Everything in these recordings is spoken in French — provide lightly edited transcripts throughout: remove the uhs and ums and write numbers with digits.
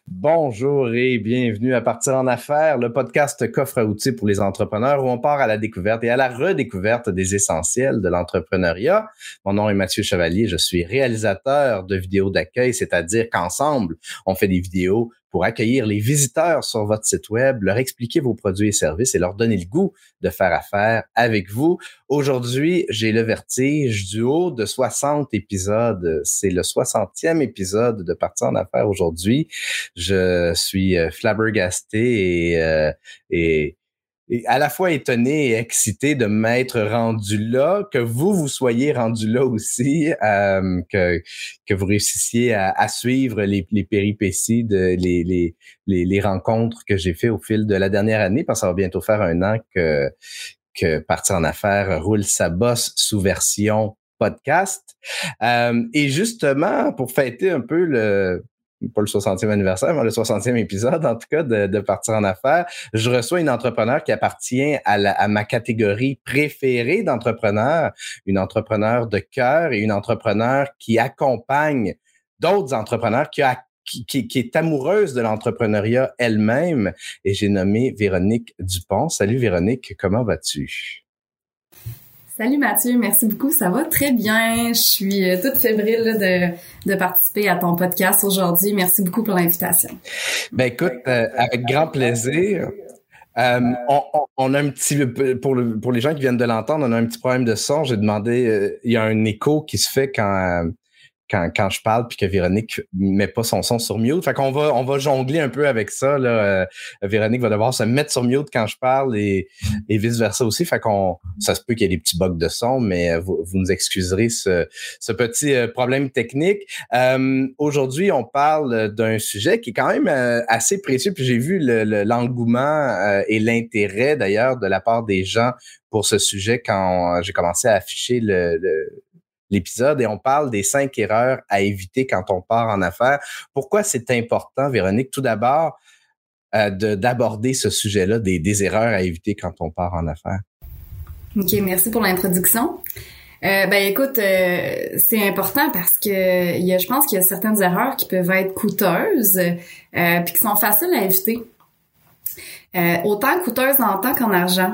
Bonjour et bienvenue à Partir en affaires, le podcast coffre à outils pour les entrepreneurs où on part à la découverte et à la redécouverte des essentiels de l'entrepreneuriat. Mon nom est Mathieu Chevalier, je suis réalisateur de vidéos d'accueil, c'est-à-dire qu'ensemble, on fait des vidéos pour accueillir les visiteurs sur votre site web, leur expliquer vos produits et services et leur donner le goût de faire affaire avec vous. Aujourd'hui, j'ai le vertige du haut de 60 épisodes. C'est le 60e épisode de Partir en affaires aujourd'hui. Je suis flabbergasté et à la fois étonné et excité de m'être rendu là, que vous soyez rendu là aussi, que vous réussissiez à suivre les péripéties de les rencontres que j'ai fait au fil de la dernière année, parce que ça va bientôt faire un an que Partir en affaires roule sa bosse sous version podcast. Et justement, pour fêter un peu pas le 60e anniversaire, mais le 60e épisode, en tout cas, de Partir en affaires, je reçois une entrepreneur qui appartient à ma catégorie préférée d'entrepreneurs, une entrepreneur de cœur et une entrepreneur qui accompagne d'autres entrepreneurs, qui est amoureuse de l'entrepreneuriat elle-même. Et j'ai nommé Véronique Dupont. Salut Véronique, comment vas-tu? Salut Mathieu, merci beaucoup, ça va très bien. Je suis toute fébrile là, de participer à ton podcast aujourd'hui. Merci beaucoup pour l'invitation. Ben écoute, avec grand plaisir. On a un petit, pour les gens qui viennent de l'entendre, on a un petit problème de son. J'ai demandé, il y a un écho qui se fait quand je parle puis que Véronique met pas son son sur mute. Fait qu'on va jongler un peu avec ça, là. Véronique va devoir se mettre sur mute quand je parle et vice versa aussi. Fait ça se peut qu'il y ait des petits bugs de son, mais vous nous excuserez ce petit problème technique. Aujourd'hui, on parle d'un sujet qui est quand même assez précieux, puis j'ai vu l'engouement et l'intérêt d'ailleurs de la part des gens pour ce sujet quand j'ai commencé à afficher l'épisode, et on parle des 5 erreurs à éviter quand on part en affaires. Pourquoi c'est important, Véronique, tout d'abord, d'aborder ce sujet-là, des erreurs à éviter quand on part en affaires? OK, merci pour l'introduction. Écoute, c'est important parce que je pense qu'il y a certaines erreurs qui peuvent être coûteuses puis qui sont faciles à éviter. Autant coûteuses en temps qu'en argent.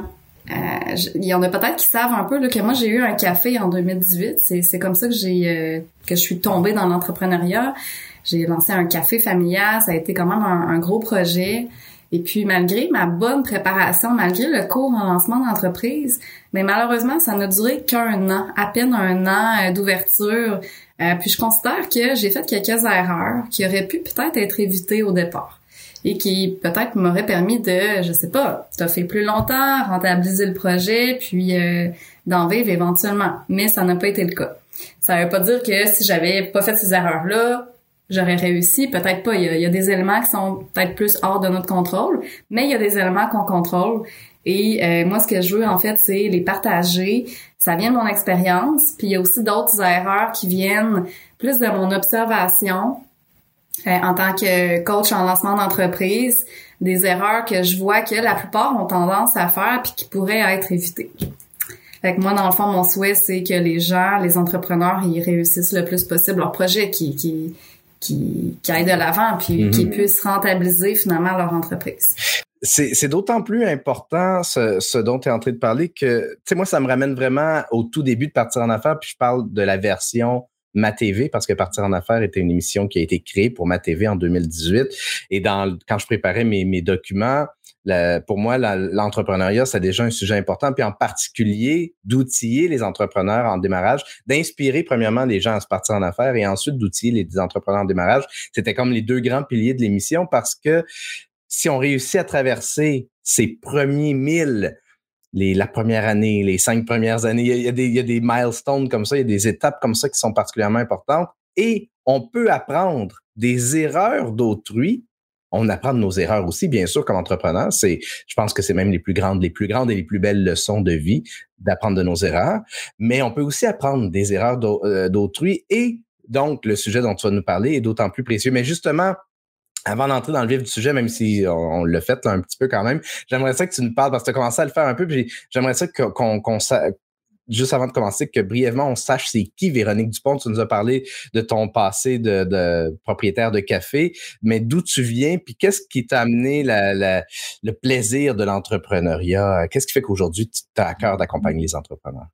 Il y en a peut-être qui savent un peu là, que moi j'ai eu un café en 2018. C'est comme ça que je suis tombée dans l'entrepreneuriat. J'ai lancé un café familial. Ça a été quand même un gros projet. Et puis malgré ma bonne préparation, malgré le cours en lancement d'entreprise, mais malheureusement ça n'a duré qu'un an, à peine un an d'ouverture. Puis je considère que j'ai fait quelques erreurs qui auraient pu peut-être être évitées au départ. Et qui peut-être m'aurait permis de, je sais pas, toffer plus longtemps, rentabiliser le projet, puis d'en vivre éventuellement. Mais ça n'a pas été le cas. Ça veut pas dire que si j'avais pas fait ces erreurs-là, j'aurais réussi. Peut-être pas. Il y a des éléments qui sont peut-être plus hors de notre contrôle, mais il y a des éléments qu'on contrôle. Et moi, ce que je veux, en fait, c'est les partager. Ça vient de mon expérience. Puis il y a aussi d'autres erreurs qui viennent plus de mon observation, en tant que coach en lancement d'entreprise, des erreurs que je vois que la plupart ont tendance à faire puis qui pourraient être évitées. Fait que moi, dans le fond, mon souhait, c'est que les gens, les entrepreneurs, ils réussissent le plus possible leur projet, qui aillent de l'avant puis qui puissent rentabiliser finalement leur entreprise. C'est d'autant plus important ce dont tu es en train de parler que, tu sais, moi, ça me ramène vraiment au tout début de Partir en affaires, puis je parle de la version MaTV, parce que Partir en affaires était une émission qui a été créée pour MaTV en 2018. Et quand je préparais mes documents, pour moi, l'entrepreneuriat, c'est déjà un sujet important, puis en particulier d'outiller les entrepreneurs en démarrage, d'inspirer premièrement les gens à se partir en affaires et ensuite d'outiller les entrepreneurs en démarrage. C'était comme les deux grands piliers de l'émission, parce que si on réussit à traverser ces premiers 1000, la première année, les 5 premières années, il y a des milestones comme ça, il y a des étapes comme ça qui sont particulièrement importantes, et on peut apprendre des erreurs d'autrui. On apprend de nos erreurs aussi, bien sûr, comme entrepreneur. Je pense que c'est même les plus grandes et les plus belles leçons de vie, d'apprendre de nos erreurs. Mais on peut aussi apprendre des erreurs d'autrui, et donc le sujet dont tu vas nous parler est d'autant plus précieux. Mais justement, avant d'entrer dans le vif du sujet, même si on l'a fait là, un petit peu quand même, j'aimerais ça que tu nous parles, parce que tu as commencé à le faire un peu, puis j'aimerais ça juste avant de commencer, que brièvement, on sache c'est qui Véronique Dupont. Tu nous as parlé de ton passé de propriétaire de café, mais d'où tu viens, puis qu'est-ce qui t'a amené le plaisir de l'entrepreneuriat? Qu'est-ce qui fait qu'aujourd'hui, tu as à cœur d'accompagner les entrepreneurs?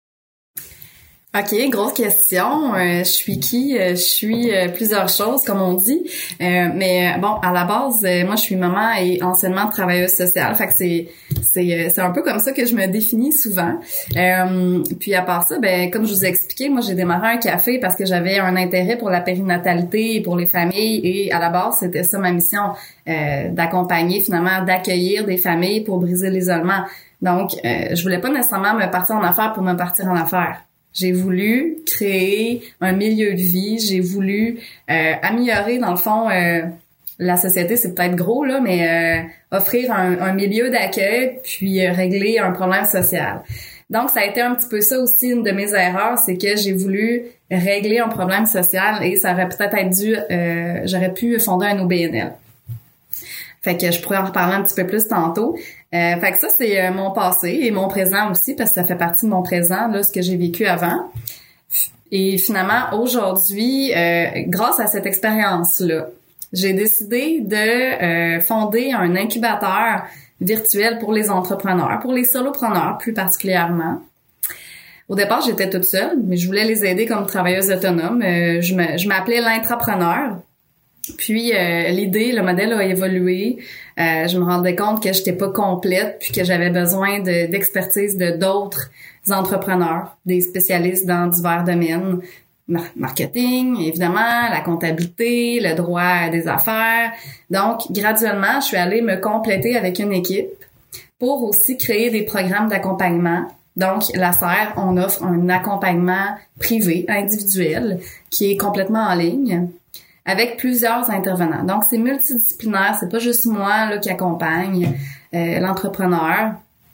OK, grosse question. Je suis qui? Je suis plusieurs choses, comme on dit. Mais bon, à la base, moi, je suis maman et anciennement travailleuse sociale. Fait que c'est un peu comme ça que je me définis souvent. Puis à part ça, ben comme je vous ai expliqué, moi, j'ai démarré un café parce que j'avais un intérêt pour la périnatalité et pour les familles. Et à la base, c'était ça ma mission, d'accompagner, finalement, d'accueillir des familles pour briser l'isolement. Donc, je voulais pas nécessairement me partir en affaires pour me partir en affaires. J'ai voulu créer un milieu de vie, j'ai voulu améliorer, dans le fond, la société, c'est peut-être gros, là, mais offrir un milieu d'accueil, puis régler un problème social. Donc, ça a été un petit peu ça aussi, une de mes erreurs, c'est que j'ai voulu régler un problème social et ça aurait peut-être dû, j'aurais pu fonder un OBNL. Fait que je pourrais en reparler un petit peu plus tantôt. Fait que ça, c'est mon passé et mon présent aussi, parce que ça fait partie de mon présent, là, ce que j'ai vécu avant. Et finalement, aujourd'hui, grâce à cette expérience-là, j'ai décidé de fonder un incubateur virtuel pour les entrepreneurs, pour les solopreneurs plus particulièrement. Au départ, j'étais toute seule, mais je voulais les aider comme travailleuse autonome. Je m'appelais l'intrapreneur. Puis l'idée, le modèle a évolué. Je me rendais compte que j'étais pas complète, puis que j'avais besoin d'expertise de d'autres entrepreneurs, des spécialistes dans divers domaines, marketing, évidemment, la comptabilité, le droit des affaires. Donc, graduellement, je suis allée me compléter avec une équipe pour aussi créer des programmes d'accompagnement. Donc, la serre, on offre un accompagnement privé, individuel, qui est complètement en ligne, avec plusieurs intervenants. Donc, c'est multidisciplinaire, c'est pas juste moi là qui accompagne l'entrepreneur.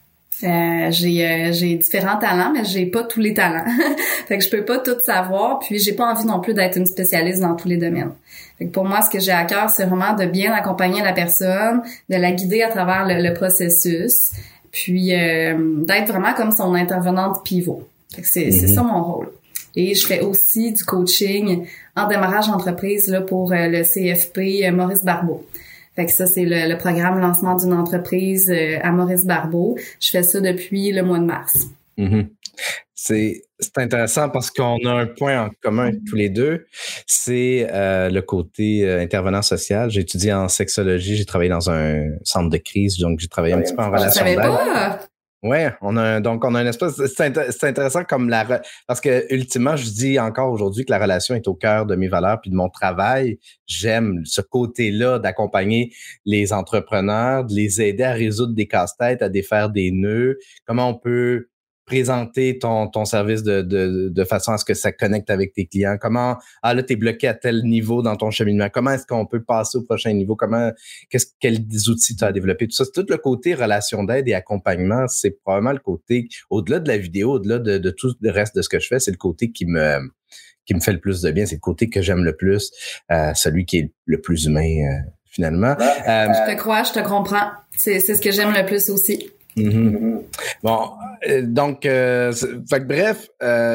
J'ai différents talents, mais j'ai pas tous les talents. Fait que je peux pas tout savoir, puis j'ai pas envie non plus d'être une spécialiste dans tous les domaines. Fait que pour moi, ce que j'ai à cœur, c'est vraiment de bien accompagner la personne, de la guider à travers le processus, puis d'être vraiment comme son intervenante pivot. Fait que c'est ça mon rôle. Et je fais aussi du coaching en démarrage d'entreprise là, pour le CFP Maurice Barbeau. Fait que ça, c'est le programme lancement d'une entreprise à Maurice Barbeau. Je fais ça depuis le mois de mars. Mm-hmm. C'est intéressant parce qu'on a un point en commun tous les deux. C'est le côté intervenant social. J'ai étudié en sexologie. J'ai travaillé dans un centre de crise. Donc, j'ai travaillé un petit peu en relation d'aide. Ouais, on a un espace. C'est intéressant comme parce que ultimement, je dis encore aujourd'hui que la relation est au cœur de mes valeurs puis de mon travail. J'aime ce côté-là d'accompagner les entrepreneurs, de les aider à résoudre des casse-têtes, à défaire des nœuds. Comment on peut présenter ton service de façon à ce que ça connecte avec tes clients. Comment, là, t'es bloqué à tel niveau dans ton cheminement. Comment est-ce qu'on peut passer au prochain niveau? Quels outils tu as développé? Tout ça, c'est tout le côté relation d'aide et accompagnement. C'est probablement le côté, au-delà de la vidéo, au-delà de tout le reste de ce que je fais, c'est le côté qui me fait le plus de bien. C'est le côté que j'aime le plus, celui qui est le plus humain, finalement. Je te crois, je te comprends. C'est ce que j'aime le plus aussi. Mm-hmm. Bon, donc, fait que bref,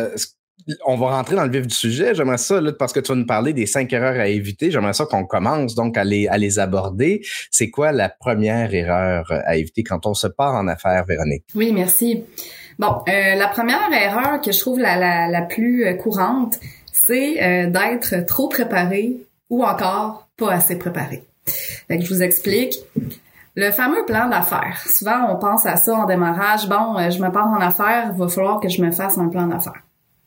on va rentrer dans le vif du sujet. J'aimerais ça, là, parce que tu vas nous parler des 5 erreurs à éviter. J'aimerais ça qu'on commence donc à les aborder. C'est quoi la première erreur à éviter quand on se part en affaires, Véronique? Oui, merci. Bon, la première erreur que je trouve la plus courante, c'est d'être trop préparé ou encore pas assez préparé. Fait que je vous explique. Le fameux plan d'affaires. Souvent, on pense à ça en démarrage. Bon, je me pars en affaires, il va falloir que je me fasse un plan d'affaires.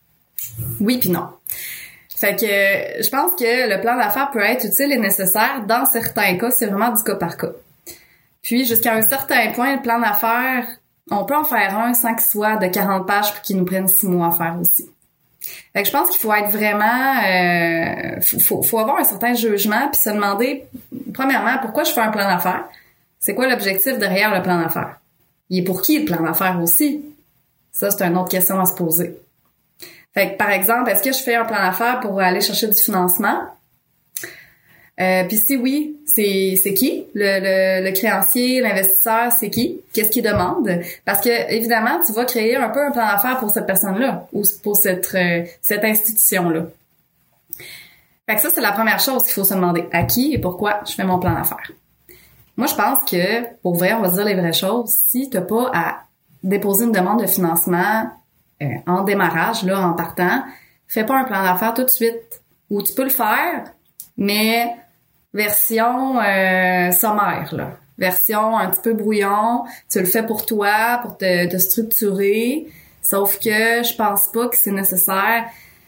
Oui puis non. Fait que je pense que le plan d'affaires peut être utile et nécessaire. Dans certains cas, c'est vraiment du cas par cas. Puis, jusqu'à un certain point, le plan d'affaires, on peut en faire un sans qu'il soit de 40 pages puis qu'il nous prenne 6 mois à faire aussi. Fait que je pense qu'il faut être vraiment... faut avoir un certain jugement puis se demander, premièrement, pourquoi je fais un plan d'affaires? C'est quoi l'objectif derrière le plan d'affaires? Il est pour qui le plan d'affaires aussi? Ça, c'est une autre question à se poser. Fait que, par exemple, est-ce que je fais un plan d'affaires pour aller chercher du financement? Puis si oui, c'est qui? Le créancier, l'investisseur, c'est qui? Qu'est-ce qu'il demande? Parce que évidemment, tu vas créer un peu un plan d'affaires pour cette personne-là ou pour cette institution-là. Fait que ça, c'est la première chose qu'il faut se demander. À qui et pourquoi je fais mon plan d'affaires? Moi, je pense que, pour vrai, on va se dire les vraies choses, si t'as pas à déposer une demande de financement en démarrage, là, en partant, fais pas un plan d'affaires tout de suite. Ou tu peux le faire, mais version sommaire, là. Version un petit peu brouillon. Tu le fais pour toi, pour te structurer. Sauf que je pense pas que c'est nécessaire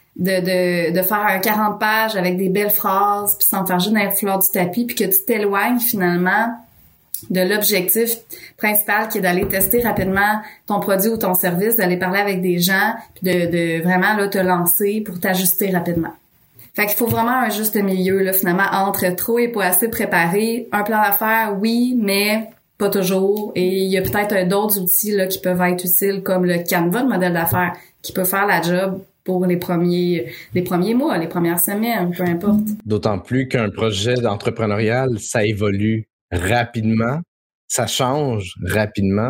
de faire un 40 pages avec des belles phrases puis sans faire juste dans les fleurs du tapis puis que tu t'éloignes finalement de l'objectif principal qui est d'aller tester rapidement ton produit ou ton service, d'aller parler avec des gens puis de vraiment là te lancer pour t'ajuster rapidement. Fait qu'il faut vraiment un juste milieu là finalement entre trop et pas assez préparé. Un plan d'affaires, oui, mais pas toujours. Et il y a peut-être d'autres outils là qui peuvent être utiles comme le Canva de modèle d'affaires qui peut faire la job pour les premiers mois, les premières semaines, peu importe. D'autant plus qu'un projet d'entrepreneurial, ça évolue rapidement, ça change rapidement.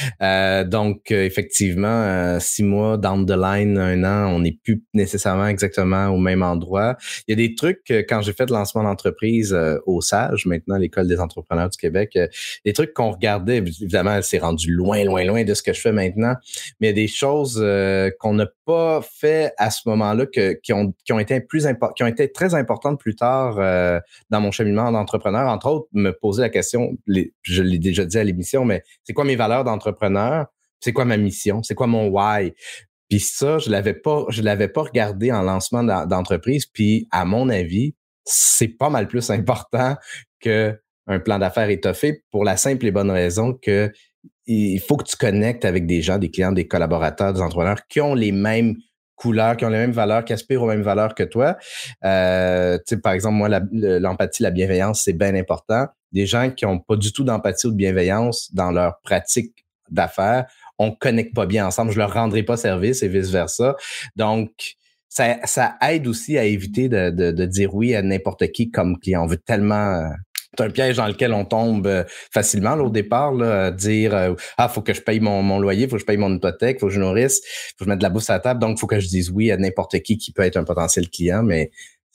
Donc, effectivement, 6 mois, down the line, 1 an, on n'est plus nécessairement exactement au même endroit. Il y a des trucs, quand j'ai fait le lancement d'entreprise au SAGE, maintenant l'École des entrepreneurs du Québec, des trucs qu'on regardait, évidemment, c'est rendu loin de ce que je fais maintenant, mais il y a des choses qu'on n'a pas fait à ce moment-là qui ont été très importantes plus tard dans mon cheminement d'entrepreneur. Entre autres, me poser la question, je l'ai déjà dit à l'émission, mais c'est quoi mes valeurs d'entrepreneur? C'est quoi ma mission? C'est quoi mon why? Puis ça, je l'avais pas regardé en lancement d'entreprise. Puis à mon avis, c'est pas mal plus important que un plan d'affaires étoffé pour la simple et bonne raison que il faut que tu connectes avec des gens, des clients, des collaborateurs, des entrepreneurs qui ont les mêmes couleurs, qui ont les mêmes valeurs, qui aspirent aux mêmes valeurs que toi. Tu sais, par exemple, moi, l'empathie, la bienveillance, c'est bien important. Des gens qui n'ont pas du tout d'empathie ou de bienveillance dans leur pratique d'affaires, on connecte pas bien ensemble, je leur rendrai pas service et vice-versa. Donc, ça aide aussi à éviter de dire oui à n'importe qui comme client. On veut tellement... c'est un piège dans lequel on tombe facilement là, au départ, là, dire faut que je paye mon loyer, faut que je paye mon hypothèque, faut que je nourrisse, faut que je mette de la bouffe à la table, donc faut que je dise oui à n'importe qui peut être un potentiel client, mais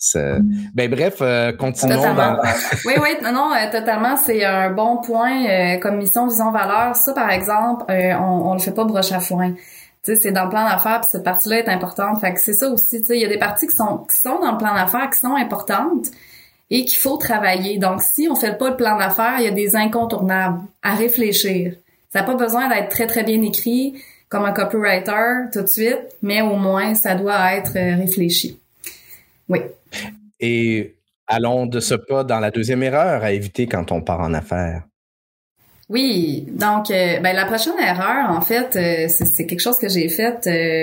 ben bref, continuons. Totalement. Oui, totalement. C'est un bon point comme mission, vision, valeur. Ça, par exemple, on le fait pas broche à foin. Tu sais, c'est dans le plan d'affaires, puis cette partie-là est importante. Fait que c'est ça aussi. Tu sais, il y a des parties qui sont dans le plan d'affaires, qui sont importantes et qu'il faut travailler. Donc, si on fait pas le plan d'affaires, il y a des incontournables à réfléchir. Ça n'a pas besoin d'être très, très bien écrit comme un copywriter tout de suite, mais au moins, ça doit être réfléchi. Oui. Et allons de ce pas dans la deuxième erreur à éviter quand on part en affaires. Oui, donc la prochaine erreur, en fait, c'est quelque chose que j'ai fait.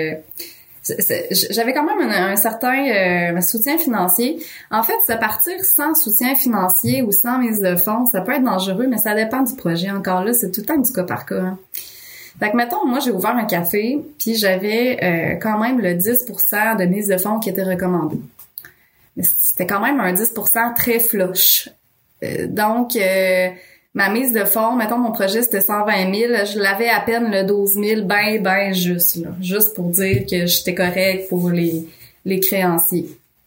J'avais quand même un certain soutien financier. En fait, se partir sans soutien financier ou sans mise de fonds, ça peut être dangereux, mais ça dépend du projet. Encore là, c'est tout le temps du cas par cas. Hein. Fait que, mettons, moi, j'ai ouvert un café, puis j'avais quand même le 10% de mise de fonds qui était recommandé. Mais c'était quand même un 10% très flush. Donc, ma mise de fonds, mettons, mon projet, c'était 120 000. Je l'avais à peine le 12 000, ben juste, là. Juste pour dire que j'étais correct pour les créanciers.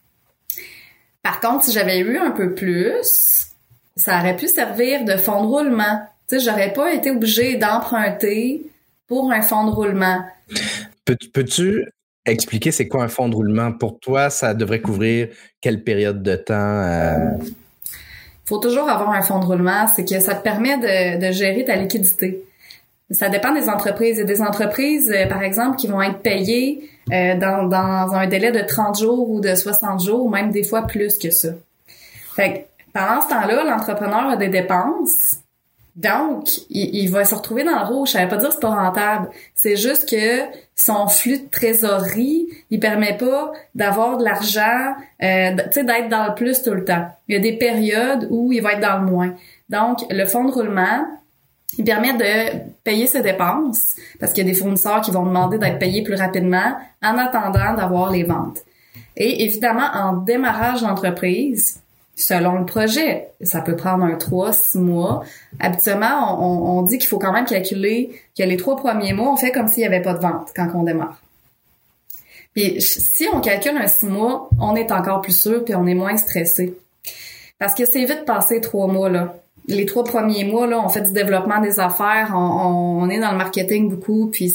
Par contre, si j'avais eu un peu plus, ça aurait pu servir de fonds de roulement. Tu sais, j'aurais pas été obligée d'emprunter pour un fonds de roulement. Peux-tu expliquer c'est quoi un fonds de roulement? Pour toi, ça devrait couvrir quelle période de temps? Faut toujours avoir un fonds de roulement, c'est que ça te permet de gérer ta liquidité. Ça dépend des entreprises. Il y a des entreprises, par exemple, qui vont être payées dans un délai de 30 jours ou de 60 jours, ou même des fois plus que ça. Fait que pendant ce temps-là, l'entrepreneur a des dépenses. Donc, il va se retrouver dans le rouge. Ça veut pas dire que c'est pas rentable. C'est juste que son flux de trésorerie, il permet pas d'avoir de l'argent, tu sais, d'être dans le plus tout le temps. Il y a des périodes où il va être dans le moins. Donc, le fonds de roulement, il permet de payer ses dépenses parce qu'il y a des fournisseurs qui vont demander d'être payés plus rapidement en attendant d'avoir les ventes. Et évidemment, en démarrage d'entreprise, selon le projet. Ça peut prendre 3-6 mois. Habituellement, on dit qu'il faut quand même calculer que les 3 premiers mois, on fait comme s'il n'y avait pas de vente quand on démarre. Puis si on calcule un 6 mois, on est encore plus sûr puis on est moins stressé. Parce que c'est vite passé 3 mois, là. Les 3 premiers mois, là, on fait du développement des affaires, on est dans le marketing beaucoup, puis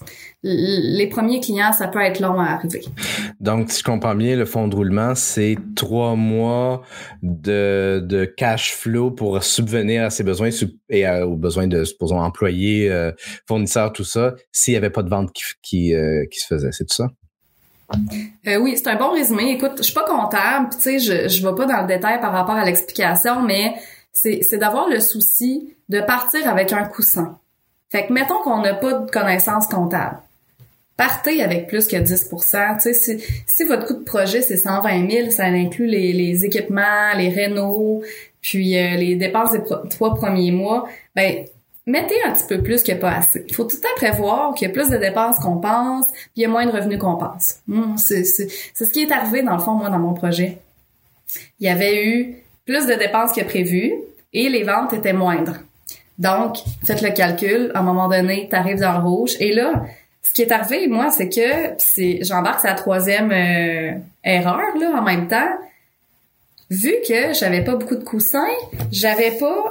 les premiers clients, ça peut être long à arriver. Donc, si je comprends bien, le fonds de roulement, c'est 3 mois de cash flow pour subvenir à ses besoins et aux besoins de, supposons, employés, fournisseurs, tout ça, s'il n'y avait pas de vente qui se faisait. C'est tout ça? Oui, c'est un bon résumé. Écoute, je suis pas comptable, tu sais, je vais pas dans le détail par rapport à l'explication, mais c'est d'avoir le souci de partir avec un coussin. Fait que mettons qu'on n'a pas de connaissances comptables. Partez avec plus que 10%. Tu sais, si votre coût de projet, c'est 120 000, ça inclut les équipements, les rénaux, puis les dépenses des 3 premiers mois, ben mettez un petit peu plus que pas assez. Il faut tout le temps prévoir qu'il y a plus de dépenses qu'on pense, puis il y a moins de revenus qu'on pense. C'est ce qui est arrivé, dans le fond, moi, dans mon projet. Il y avait eu plus de dépenses que prévu et les ventes étaient moindres. Donc, faites le calcul. À un moment donné, t'arrives dans le rouge. Et là, ce qui est arrivé, moi, c'est que j'embarque sur la 3e erreur là en même temps. Vu que j'avais pas beaucoup de coussins, j'avais pas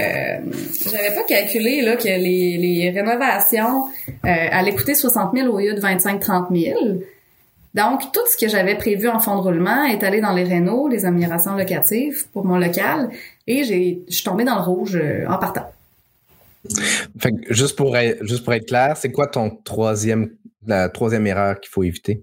calculé là que les rénovations allaient coûter 60 000 au lieu de 25-30 000. Donc, tout ce que j'avais prévu en fonds de roulement est allé dans les rénaux, les améliorations locatives pour mon local, et je suis tombée dans le rouge en partant. Fait que juste pour être clair, c'est quoi la troisième erreur qu'il faut éviter?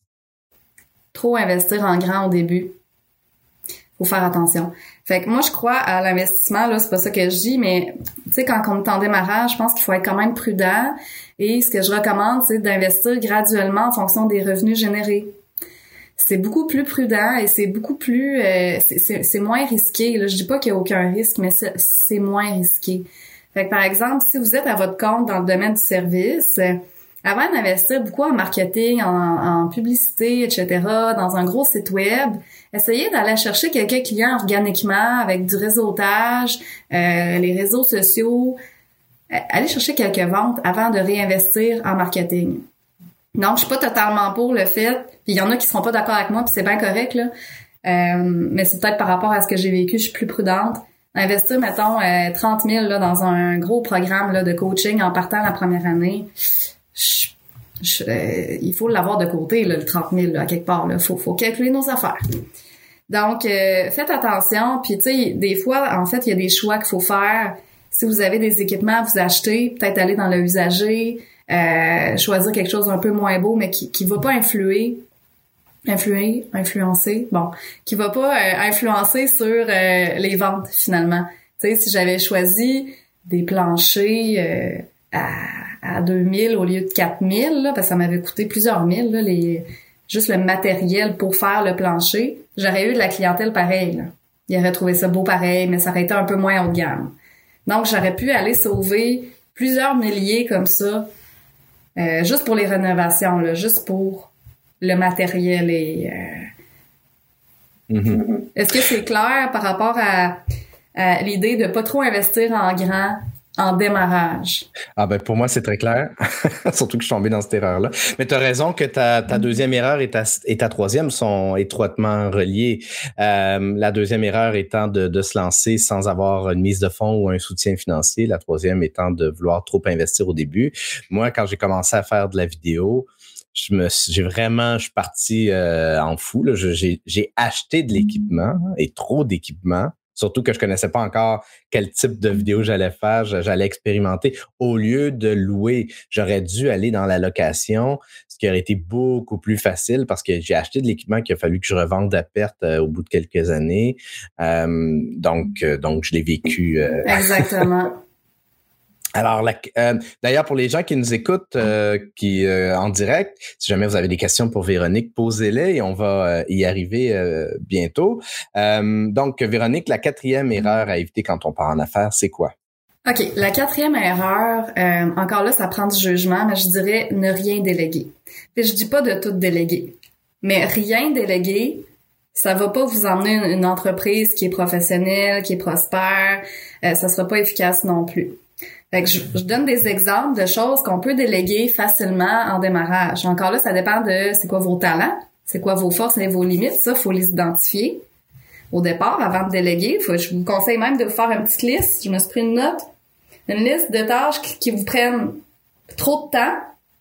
Trop investir en grand au début. Faut faire attention. Fait que moi, je crois à l'investissement, là, c'est pas ça que je dis, mais tu sais, quand on est en démarrage, je pense qu'il faut être quand même prudent. Et ce que je recommande, c'est d'investir graduellement en fonction des revenus générés. C'est beaucoup plus prudent et c'est beaucoup plus... c'est moins risqué. Là. Je dis pas qu'il y a aucun risque, mais c'est moins risqué. Fait que par exemple, si vous êtes à votre compte dans le domaine du service... Avant d'investir beaucoup en marketing, en publicité, etc., dans un gros site web, essayez d'aller chercher quelques clients organiquement avec du réseautage, les réseaux sociaux. Allez chercher quelques ventes avant de réinvestir en marketing. Donc, je suis pas totalement pour le fait, puis il y en a qui seront pas d'accord avec moi, puis c'est bien correct, là. Mais c'est peut-être par rapport à ce que j'ai vécu, je suis plus prudente. Investir, mettons, 30 000 là, dans un gros programme là, de coaching en partant la première année... il faut l'avoir de côté, là, le 30 000, là, à quelque part. Il faut calculer nos affaires. Donc, faites attention. Puis, tu sais, des fois, en fait, il y a des choix qu'il faut faire. Si vous avez des équipements, vous achetez, peut-être aller dans le usager, choisir quelque chose d'un peu moins beau, mais qui va pas influencer, bon, qui va pas influencer sur les ventes, finalement. Tu sais, si j'avais choisi des planchers à 2000 au lieu de 4000, là, parce que ça m'avait coûté plusieurs mille, là, juste le matériel pour faire le plancher, j'aurais eu de la clientèle pareille, là. Ils auraient trouvé ça beau pareil, mais ça aurait été un peu moins haut de gamme. Donc, j'aurais pu aller sauver plusieurs milliers comme ça, juste pour les rénovations, là, juste pour le matériel et... Est-ce que c'est clair par rapport à l'idée de pas trop investir en grand en démarrage? Ah ben pour moi, c'est très clair. Surtout que je suis tombé dans cette erreur-là. Mais tu as raison que ta deuxième erreur et ta troisième sont étroitement reliées. La deuxième erreur étant de se lancer sans avoir une mise de fonds ou un soutien financier. La troisième étant de vouloir trop investir au début. Moi, quand j'ai commencé à faire de la vidéo, je suis parti en fou, là. J'ai acheté de l'équipement et trop d'équipement. Surtout que je connaissais pas encore quel type de vidéo j'allais faire, j'allais expérimenter. Au lieu de louer, j'aurais dû aller dans la location, ce qui aurait été beaucoup plus facile parce que j'ai acheté de l'équipement qu'il a fallu que je revende à perte au bout de quelques années. Donc je l'ai vécu. Exactement. Alors, d'ailleurs, pour les gens qui nous écoutent en direct, si jamais vous avez des questions pour Véronique, posez-les et on va y arriver bientôt. Donc, Véronique, la quatrième erreur à éviter quand on part en affaires, c'est quoi? OK. La quatrième erreur, encore là, ça prend du jugement, mais je dirais ne rien déléguer. Puis je dis pas de tout déléguer, mais rien déléguer, ça va pas vous emmener une entreprise qui est professionnelle, qui est prospère. Ça sera pas efficace non plus. Fait que je donne des exemples de choses qu'on peut déléguer facilement en démarrage. Encore là, ça dépend de c'est quoi vos talents, c'est quoi vos forces et vos limites. Ça, faut les identifier au départ avant de déléguer. Je vous conseille même de vous faire une petite liste. Je me suis pris une note. Une liste de tâches qui vous prennent trop de temps,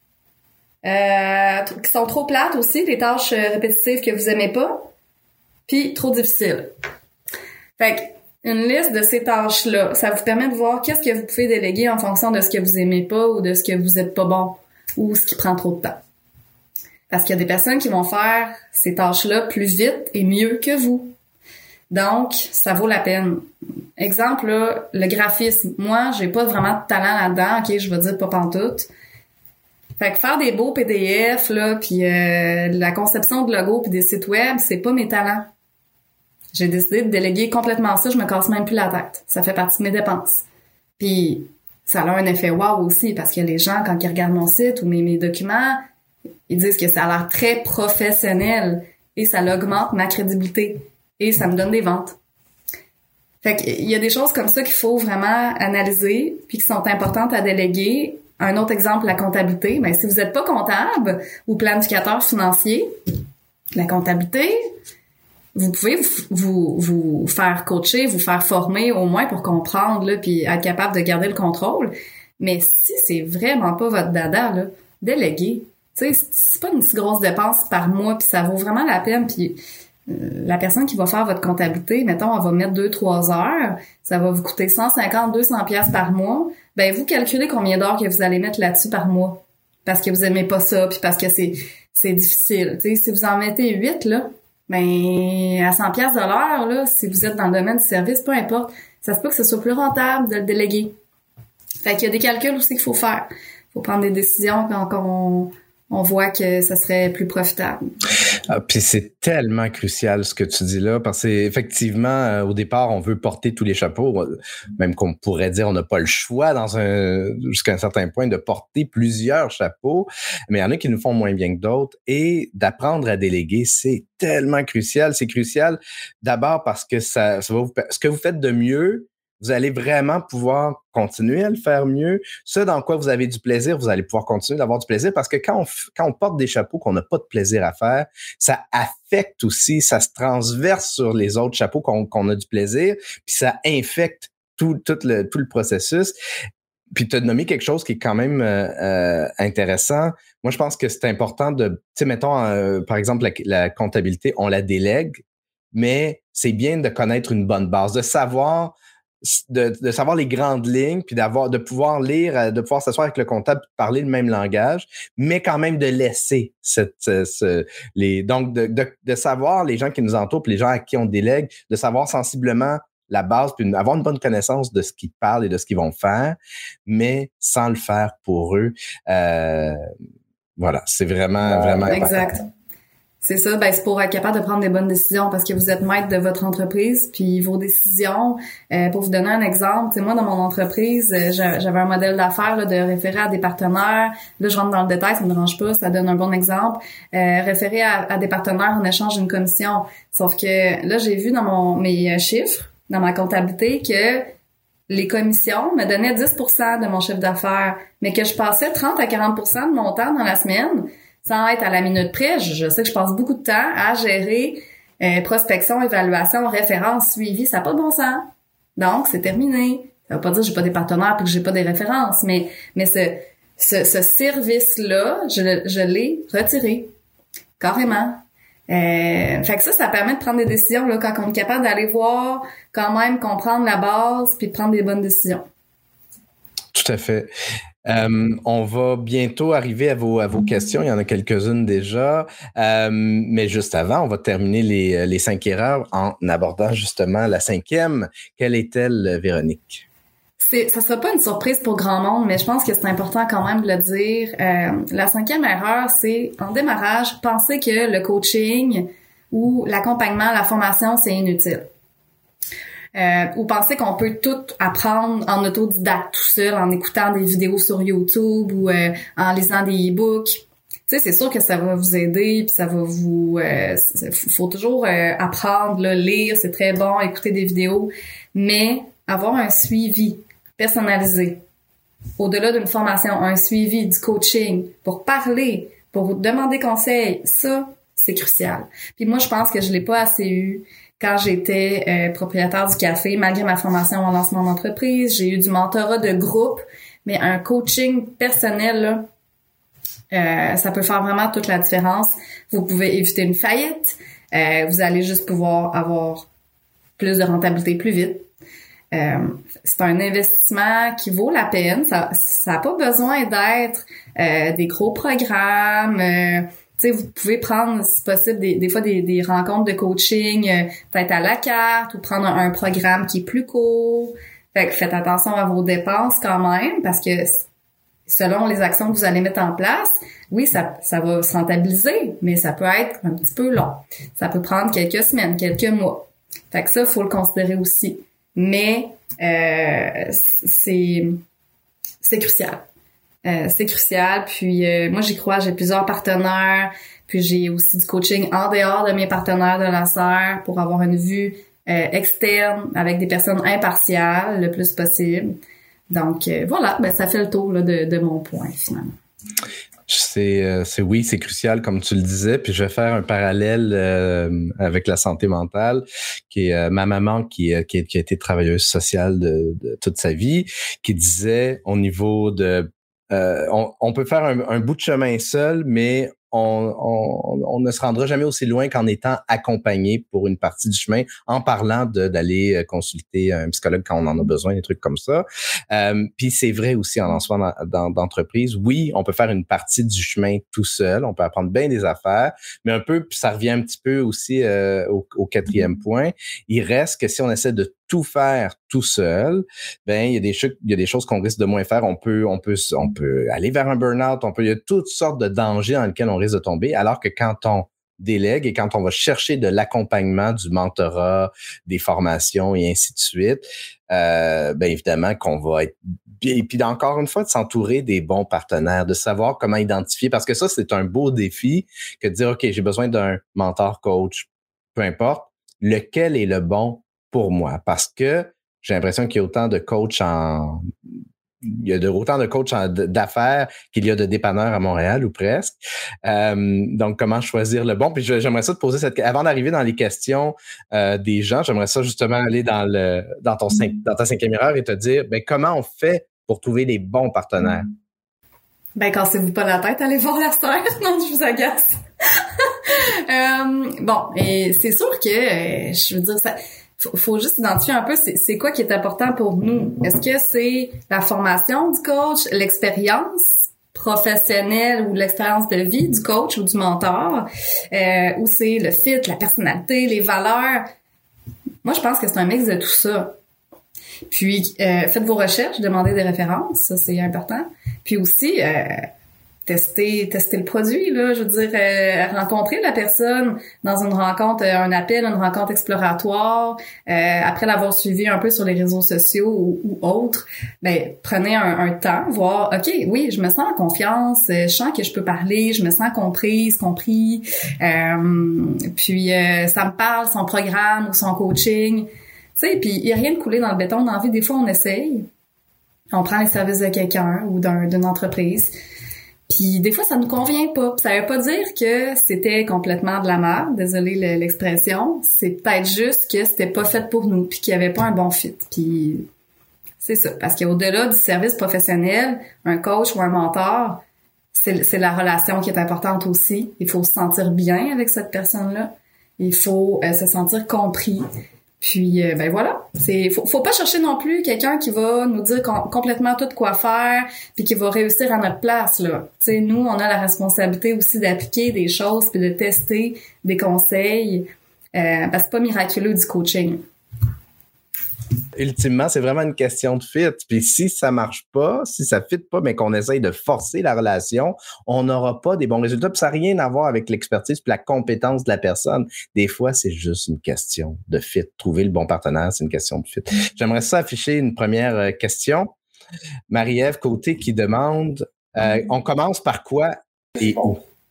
qui sont trop plates aussi, des tâches répétitives que vous aimez pas, puis trop difficiles. Fait que une liste de ces tâches-là, ça vous permet de voir qu'est-ce que vous pouvez déléguer en fonction de ce que vous aimez pas ou de ce que vous êtes pas bon ou ce qui prend trop de temps. Parce qu'il y a des personnes qui vont faire ces tâches-là plus vite et mieux que vous. Donc, ça vaut la peine. Exemple, là, le graphisme. Moi, j'ai pas vraiment de talent là-dedans. OK, je vais dire pas pantoute. Fait que faire des beaux PDF, là, puis la conception de logos puis des sites web, c'est pas mes talents. J'ai décidé de déléguer complètement ça. Je me casse même plus la tête. Ça fait partie de mes dépenses. Puis, ça a un effet wow aussi, parce que les gens, quand ils regardent mon site ou mes documents, ils disent que ça a l'air très professionnel et ça augmente ma crédibilité. Et ça me donne des ventes. Fait qu'il y a des choses comme ça qu'il faut vraiment analyser puis qui sont importantes à déléguer. Un autre exemple, la comptabilité. Ben, si vous n'êtes pas comptable ou planificateur financier, la comptabilité, vous pouvez vous faire coacher, vous faire former au moins pour comprendre là, puis être capable de garder le contrôle. Mais si c'est vraiment pas votre dada, là, déléguez. Tu sais, c'est pas une si grosse dépense par mois puis ça vaut vraiment la peine puis la personne qui va faire votre comptabilité, mettons, elle va mettre 2-3 heures, ça va vous coûter 150-200 pièces par mois. Ben, vous calculez combien d'heures que vous allez mettre là-dessus par mois. Parce que vous aimez pas ça, puis parce que c'est difficile. Tu sais, si vous en mettez 8, là, ben, à 100 pièces de l'heure, là, si vous êtes dans le domaine du service, peu importe, ça se peut que ce soit plus rentable de le déléguer. Fait qu'il y a des calculs aussi qu'il faut faire. Faut prendre des décisions quand on voit que ça serait plus profitable. Ah, puis c'est tellement crucial ce que tu dis là, parce qu'effectivement, au départ, on veut porter tous les chapeaux, même qu'on pourrait dire on n'a pas le choix jusqu'à un certain point de porter plusieurs chapeaux, mais il y en a qui nous font moins bien que d'autres, et d'apprendre à déléguer, c'est tellement crucial. C'est crucial d'abord parce que ça va ce que vous faites de mieux, vous allez vraiment pouvoir continuer à le faire mieux. Ce dans quoi vous avez du plaisir, vous allez pouvoir continuer d'avoir du plaisir parce que quand on porte des chapeaux qu'on n'a pas de plaisir à faire, ça affecte aussi, ça se transverse sur les autres chapeaux qu'on a du plaisir, puis ça infecte tout le processus. Puis tu as nommé quelque chose qui est quand même intéressant. Moi, je pense que c'est important de, tu sais, mettons, par exemple, la comptabilité, on la délègue, mais c'est bien de connaître une bonne base, de savoir les grandes lignes, puis de pouvoir lire, de pouvoir s'asseoir avec le comptable, puis de parler le même langage, mais quand même de laisser donc de savoir les gens qui nous entourent, puis les gens à qui on délègue, de savoir sensiblement la base, puis avoir une bonne connaissance de ce qu'ils parlent et de ce qu'ils vont faire, mais sans le faire pour eux. Voilà, c'est vraiment important. Exact. C'est ça, ben c'est pour être capable de prendre des bonnes décisions parce que vous êtes maître de votre entreprise, puis vos décisions, pour vous donner un exemple, tu sais, moi dans mon entreprise, j'avais un modèle d'affaires là, de référer à des partenaires, là je rentre dans le détail, ça me dérange pas, ça donne un bon exemple, référer à des partenaires en échange d'une commission, sauf que là j'ai vu dans mes chiffres, dans ma comptabilité que les commissions me donnaient 10% de mon chiffre d'affaires, mais que je passais 30 à 40% de mon temps dans la semaine, sans être à la minute près. Je sais que je passe beaucoup de temps à gérer prospection, évaluation, référence, suivi. Ça n'a pas de bon sens. Donc, c'est terminé. Ça veut pas dire que j'ai pas des partenaires et que j'ai pas des références, mais ce service-là, je l'ai retiré. Carrément. Fait que ça permet de prendre des décisions là, quand on est capable d'aller voir, quand même comprendre la base puis de prendre des bonnes décisions. Tout à fait. On va bientôt arriver à vos questions. Il y en a quelques-unes déjà. Mais juste avant, on va terminer les 5 erreurs en abordant justement la 5e. Quelle est-elle, Véronique? Ça sera pas une surprise pour grand monde, mais je pense que c'est important quand même de le dire. La 5e erreur, c'est en démarrage, penser que le coaching ou l'accompagnement, la formation, c'est inutile. Ou penser qu'on peut tout apprendre en autodidacte tout seul, en écoutant des vidéos sur YouTube ou en lisant des e-books. sais, c'est sûr que ça va vous aider, puis ça va vous... faut toujours apprendre, là, lire, c'est très bon, écouter des vidéos, mais avoir un suivi personnalisé, au-delà d'une formation, un suivi, du coaching, pour parler, pour vous demander conseil, ça, c'est crucial. Puis moi, je pense que je l'ai pas assez eu quand j'étais propriétaire du café, malgré ma formation en lancement d'entreprise. J'ai eu du mentorat de groupe, mais un coaching personnel, là, ça peut faire vraiment toute la différence. Vous pouvez éviter une faillite. Vous allez juste pouvoir avoir plus de rentabilité plus vite. C'est un investissement qui vaut la peine. Ça a pas besoin d'être des gros programmes. Tu sais, vous pouvez prendre, si possible, des fois des rencontres de coaching, peut-être à la carte, ou prendre un programme qui est plus court. Fait que faites attention à vos dépenses quand même, parce que selon les actions que vous allez mettre en place, oui, ça va se rentabiliser, mais ça peut être un petit peu long. Ça peut prendre quelques semaines, quelques mois. Fait que ça, faut le considérer aussi. Mais c'est crucial. C'est crucial. Puis moi, j'y crois. J'ai plusieurs partenaires. Puis j'ai aussi du coaching en dehors de mes partenaires de la serre pour avoir une vue externe avec des personnes impartiales le plus possible. Donc voilà, ça fait le tour là, de mon point finalement. Oui, c'est crucial comme tu le disais. Puis je vais faire un parallèle avec la santé mentale, qui est ma maman qui a été travailleuse sociale de toute sa vie, qui disait au niveau de on peut faire un bout de chemin seul, mais on ne se rendra jamais aussi loin qu'en étant accompagné pour une partie du chemin, en parlant d'aller consulter un psychologue quand on en a besoin, des trucs comme ça. Puis c'est vrai aussi en lancement d'entreprise. Oui, on peut faire une partie du chemin tout seul, on peut apprendre bien des affaires, mais un peu, puis ça revient un petit peu aussi au quatrième point. Il reste que si on essaie de tout faire tout seul, ben il y a des choses qu'on risque de moins faire. On peut aller vers un burn-out. Il y a toutes sortes de dangers dans lesquels on risque de tomber. Alors que quand on délègue et quand on va chercher de l'accompagnement, du mentorat, des formations et ainsi de suite, ben évidemment qu'on va être bien. Et puis encore une fois, de s'entourer des bons partenaires, de savoir comment identifier, parce que ça c'est un beau défi que de dire ok, j'ai besoin d'un mentor, coach, peu importe, lequel est le bon pour moi, parce que j'ai l'impression qu'il y a autant de coachs autant de coachs d'affaires qu'il y a de dépanneurs à Montréal ou presque. Donc, comment choisir le bon? Puis j'aimerais ça te poser avant d'arriver dans les questions des gens, j'aimerais ça justement aller dans ta cinquième erreur et te dire, ben comment on fait pour trouver les bons partenaires? Ben, cassez-vous pas la tête, allez voir la sœur. Non, je vous agace. Bon, et c'est sûr que, je veux dire, ça... Faut juste identifier un peu c'est quoi qui est important pour nous. Est-ce que c'est la formation du coach, l'expérience professionnelle ou l'expérience de vie du coach ou du mentor, ou c'est le fit, la personnalité, les valeurs? Moi, je pense que c'est un mix de tout ça. Puis, faites vos recherches, demandez des références, ça c'est important. Puis aussi, tester le produit, là, je veux dire, rencontrer la personne dans une rencontre, un appel, une rencontre exploratoire, après l'avoir suivi un peu sur les réseaux sociaux ou autres, ben prenez un temps, voir, ok, oui, je me sens en confiance, je sens que je peux parler, je me sens compris, puis ça me parle, son programme ou son coaching, tu sais, puis il y a rien de coulé dans le béton dans la vie, des fois on essaye, on prend les services de quelqu'un ou d'une entreprise. Puis des fois, ça nous convient pas. Puis ça veut pas dire que c'était complètement de la merde, désolé l'expression. C'est peut-être juste que c'était pas fait pour nous, puis qu'il y avait pas un bon fit. Puis c'est ça. Parce qu'au-delà du service professionnel, un coach ou un mentor, c'est la relation qui est importante aussi. Il faut se sentir bien avec cette personne-là. Il faut se sentir compris. Puis ben voilà, faut pas chercher non plus quelqu'un qui va nous dire complètement tout quoi faire puis qui va réussir à notre place là. Tu sais, nous on a la responsabilité aussi d'appliquer des choses puis de tester des conseils parce que c'est pas miraculeux du coaching. Ultimement, c'est vraiment une question de fit. Puis si ça marche pas, si ça fit pas, mais qu'on essaye de forcer la relation, on n'aura pas des bons résultats. Puis ça n'a rien à voir avec l'expertise puis la compétence de la personne. Des fois, c'est juste une question de fit. Trouver le bon partenaire, c'est une question de fit. J'aimerais ça afficher une première question. Marie-Ève Côté qui demande, on commence par quoi et où?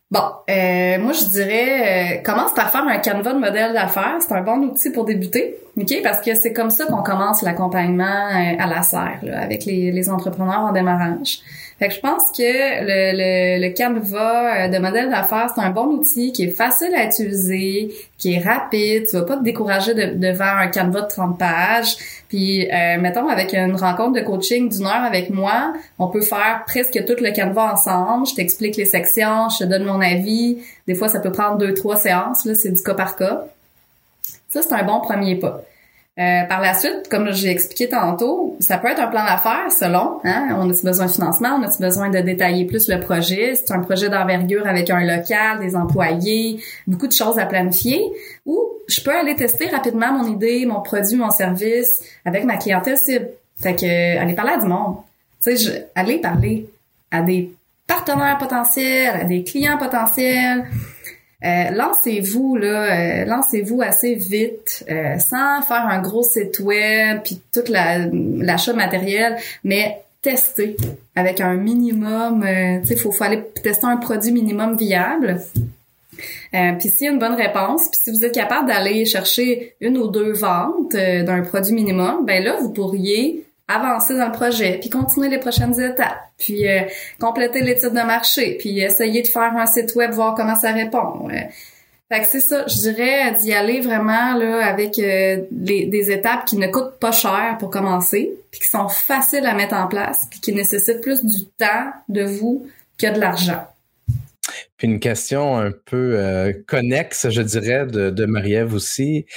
Bon, moi je dirais commence par faire un canevas de modèle d'affaires. C'est un bon outil pour débuter, ok? Parce que c'est comme ça qu'on commence l'accompagnement à la serre là, avec les entrepreneurs en démarrage. Fait que je pense que le canevas de modèle d'affaires, c'est un bon outil qui est facile à utiliser, qui est rapide. Tu vas pas te décourager devant un canevas de 30 pages. Puis, mettons, avec une rencontre de coaching d'1 heure avec moi, on peut faire presque tout le canevas ensemble. Je t'explique les sections, je te donne mon avis. Des fois, ça peut prendre 2-3 séances. Là, c'est du cas par cas. Ça, c'est un bon premier pas. Par la suite, comme j'ai expliqué tantôt, ça peut être un plan d'affaires selon. Hein? On a-tu besoin de financement? On a-tu besoin de détailler plus le projet? C'est un projet d'envergure avec un local, des employés, beaucoup de choses à planifier. Ou je peux aller tester rapidement mon idée, mon produit, mon service avec ma clientèle cible. Fait que aller parler à du monde. Tu sais, aller parler à des partenaires potentiels, à des clients potentiels. Lancez-vous assez vite, sans faire un gros site web puis tout l'achat matériel, mais testez avec un minimum. Tu sais, faut aller tester un produit minimum viable. Puis s'il y a une bonne réponse, puis si vous êtes capable d'aller chercher 1 ou 2 ventes d'un produit minimum, ben là vous pourriez avancer dans le projet, puis continuer les prochaines étapes, puis compléter l'étude de marché, puis essayer de faire un site web, voir comment ça répond. Fait que c'est ça, je dirais d'y aller vraiment là avec des étapes qui ne coûtent pas cher pour commencer, puis qui sont faciles à mettre en place, puis qui nécessitent plus du temps de vous que de l'argent. Puis une question un peu connexe, je dirais, de Marie-Ève aussi.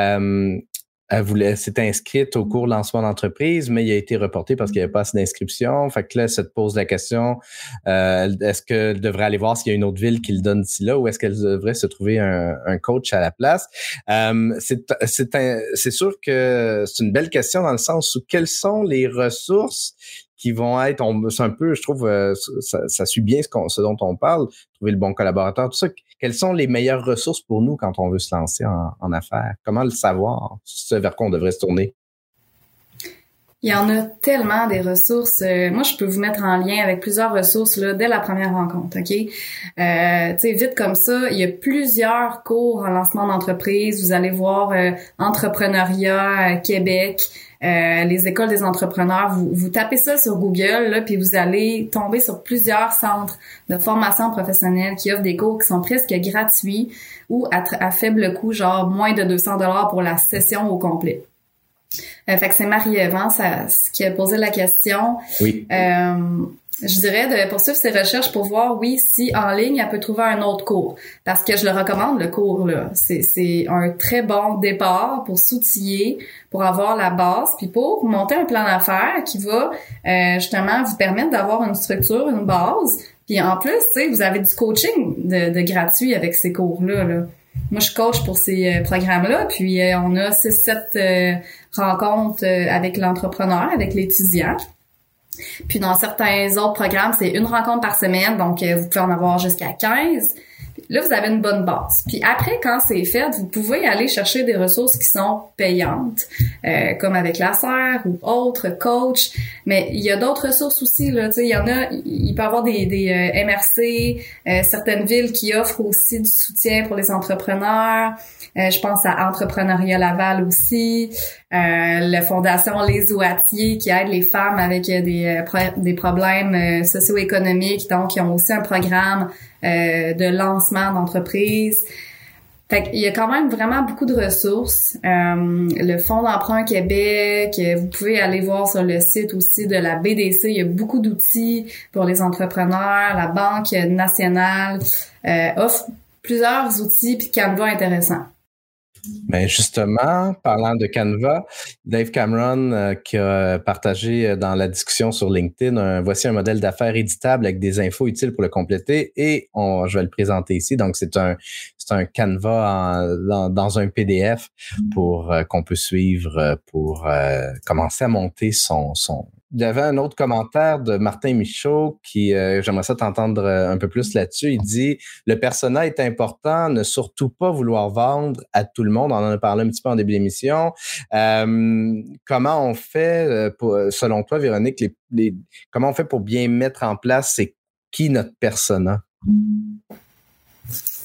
Elle s'est inscrite au cours lancement d'entreprise, mais il a été reporté parce qu'il n'y avait pas assez d'inscriptions. Fait que là, ça te pose la question, est-ce qu'elle devrait aller voir s'il y a une autre ville qui le donne d'ici là ou est-ce qu'elle devrait se trouver un coach à la place? C'est sûr que c'est une belle question dans le sens où quelles sont les ressources qui vont être, c'est un peu, je trouve, ça suit bien ce dont on parle, trouver le bon collaborateur, tout ça. Quelles sont les meilleures ressources pour nous quand on veut se lancer en affaires? Comment le savoir? C'est ce vers quoi on devrait se tourner? Il y en a tellement des ressources. Moi, je peux vous mettre en lien avec plusieurs ressources là dès la première rencontre, OK? Tu sais, vite comme ça, il y a plusieurs cours en lancement d'entreprise. Vous allez voir Entrepreneuriat Québec, les écoles des entrepreneurs. Vous tapez ça sur Google, là, puis vous allez tomber sur plusieurs centres de formation professionnelle qui offrent des cours qui sont presque gratuits ou à faible coût, genre moins de 200$ pour la session au complet. Fait que c'est Marie-Ève qui a posé la question. Oui. Je dirais de poursuivre ses recherches pour voir, oui, si en ligne, elle peut trouver un autre cours. Parce que je le recommande, le cours, là. C'est un très bon départ pour s'outiller, pour avoir la base, puis pour monter un plan d'affaires qui va justement vous permettre d'avoir une structure, une base. Puis en plus, tu sais, vous avez du coaching de gratuit avec ces cours-là, là. Moi, je coach pour ces programmes-là, puis on a 6-7 rencontres avec l'entrepreneur, avec l'étudiant. Puis dans certains autres programmes, c'est 1 rencontre par semaine, donc vous pouvez en avoir jusqu'à 15. Là, vous avez une bonne base. Puis après, quand c'est fait, vous pouvez aller chercher des ressources qui sont payantes, comme avec la serre ou autres coachs. Mais il y a d'autres ressources aussi, là. Tu sais, il y en a, il peut y avoir des MRC, certaines villes qui offrent aussi du soutien pour les entrepreneurs. Je pense à Entrepreneuriat Laval aussi, la Fondation Les Ouatiers qui aide les femmes avec des problèmes socio-économiques, donc ils ont aussi un programme de lancement d'entreprise. Fait qu'il y a quand même vraiment beaucoup de ressources. Le Fonds d'emprunt Québec, vous pouvez aller voir sur le site aussi de la BDC, il y a beaucoup d'outils pour les entrepreneurs. La Banque nationale offre plusieurs outils puis Canva intéressants. Ben justement, parlant de Canva, Dave Cameron qui a partagé dans la discussion sur LinkedIn, voici un modèle d'affaires éditable avec des infos utiles pour le compléter et je vais le présenter ici. Donc c'est un Canva dans un PDF pour qu'on peut suivre pour commencer à monter son. Il y avait un autre commentaire de Martin Michaud qui, j'aimerais ça t'entendre un peu plus là-dessus. Il dit « Le persona est important, ne surtout pas vouloir vendre à tout le monde. » On en a parlé un petit peu en début d'émission. Comment on fait, selon toi, Véronique, comment on fait pour bien mettre en place, c'est qui notre persona?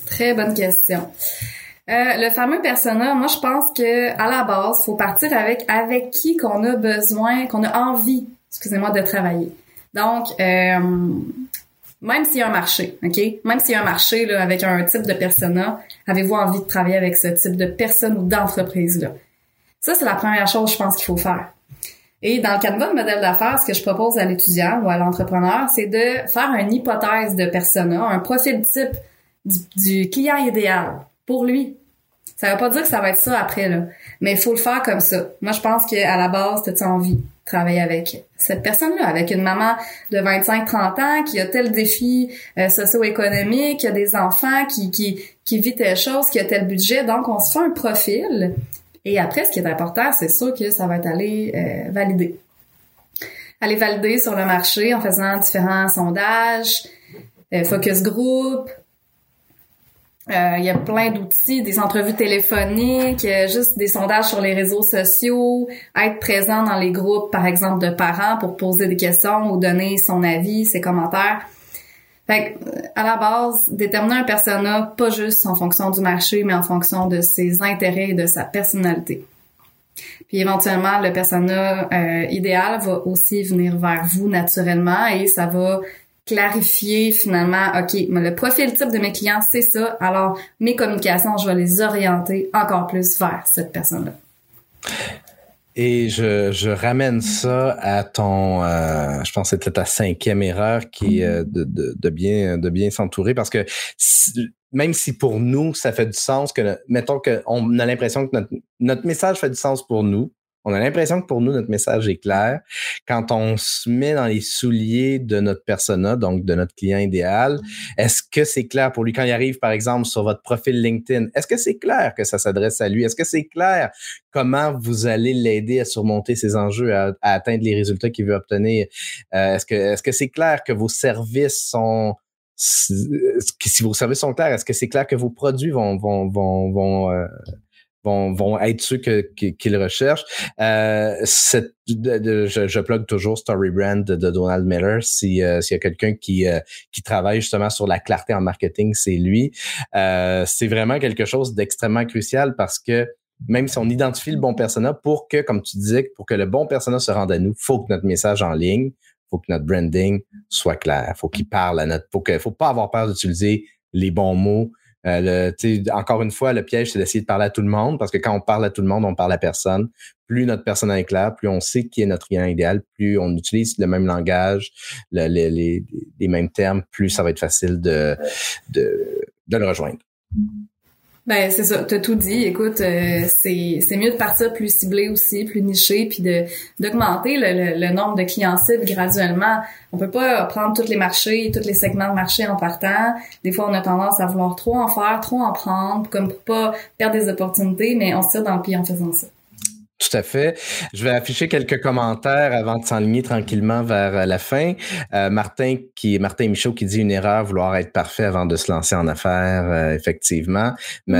Très bonne question. Le fameux persona, moi je pense que à la base, faut partir avec qui qu'on a besoin, qu'on a envie, de travailler. Donc même s'il y a un marché, OK? Même s'il y a un marché là, avec un type de persona, avez-vous envie de travailler avec ce type de personne ou d'entreprise-là? Ça, c'est la première chose, je pense, qu'il faut faire. Et dans le canevas de modèle d'affaires, ce que je propose à l'étudiant ou à l'entrepreneur, c'est de faire une hypothèse de persona, un profil type du client idéal pour lui. Ça veut pas dire que ça va être ça après, là. Mais il faut le faire comme ça. Moi, je pense qu'à la base, t'as-tu envie de travailler avec cette personne-là, avec une maman de 25-30 ans qui a tel défi socio-économique, qui a des enfants, qui vit telle chose, qui a tel budget. Donc, on se fait un profil. Et après, ce qui est important, c'est sûr que ça va être aller valider. Aller valider sur le marché en faisant différents sondages, focus group. Il y a plein d'outils, des entrevues téléphoniques, juste des sondages sur les réseaux sociaux, être présent dans les groupes, par exemple, de parents pour poser des questions ou donner son avis, ses commentaires. Fait que, à la base, déterminer un persona, pas juste en fonction du marché, mais en fonction de ses intérêts et de sa personnalité. Puis éventuellement, le persona idéal va aussi venir vers vous naturellement et ça va clarifier finalement, OK, le profil type de mes clients, c'est ça. Alors, mes communications, je vais les orienter encore plus vers cette personne-là. Et je ramène ça à ton, je pense que c'était ta 5e erreur qui est de bien s'entourer parce que même si pour nous, ça fait du sens que, mettons qu'on a l'impression que notre message fait du sens pour nous, on a l'impression que pour nous, notre message est clair. Quand on se met dans les souliers de notre persona, donc de notre client idéal, est-ce que c'est clair pour lui quand il arrive, par exemple, sur votre profil LinkedIn? Est-ce que c'est clair que ça s'adresse à lui? Est-ce que c'est clair comment vous allez l'aider à surmonter ses enjeux, à atteindre les résultats qu'il veut obtenir? Est-ce que c'est clair que vos services sont... Si vos services sont clairs, est-ce que c'est clair que vos produits vont être ceux qu'ils recherchent. Je plug toujours StoryBrand de Donald Miller. S'il y a quelqu'un qui travaille justement sur la clarté en marketing, c'est lui. C'est vraiment quelque chose d'extrêmement crucial parce que même si on identifie le bon persona, pour que, comme tu disais, pour que le bon persona se rende à nous, faut que notre message en ligne, faut que notre branding soit clair, faut qu'il parle faut pas avoir peur d'utiliser les bons mots. Encore une fois, le piège, c'est d'essayer de parler à tout le monde parce que quand on parle à tout le monde, on parle à personne. Plus notre persona est claire, plus on sait qui est notre client idéal, plus on utilise le même langage, les mêmes termes, plus ça va être facile de le rejoindre. Ben c'est ça, t'as tout dit. Écoute, c'est mieux de partir plus ciblé aussi, plus niché, puis d'augmenter le nombre de clients cibles graduellement. On peut pas prendre tous les marchés, tous les segments de marché en partant. Des fois, on a tendance à vouloir trop en faire, trop en prendre, comme pour pas perdre des opportunités, mais on se tire dans le pied en faisant ça. Tout à fait. Je vais afficher quelques commentaires avant de s'enligner tranquillement vers la fin. Martin Michaud qui dit une erreur, vouloir être parfait avant de se lancer en affaires, effectivement.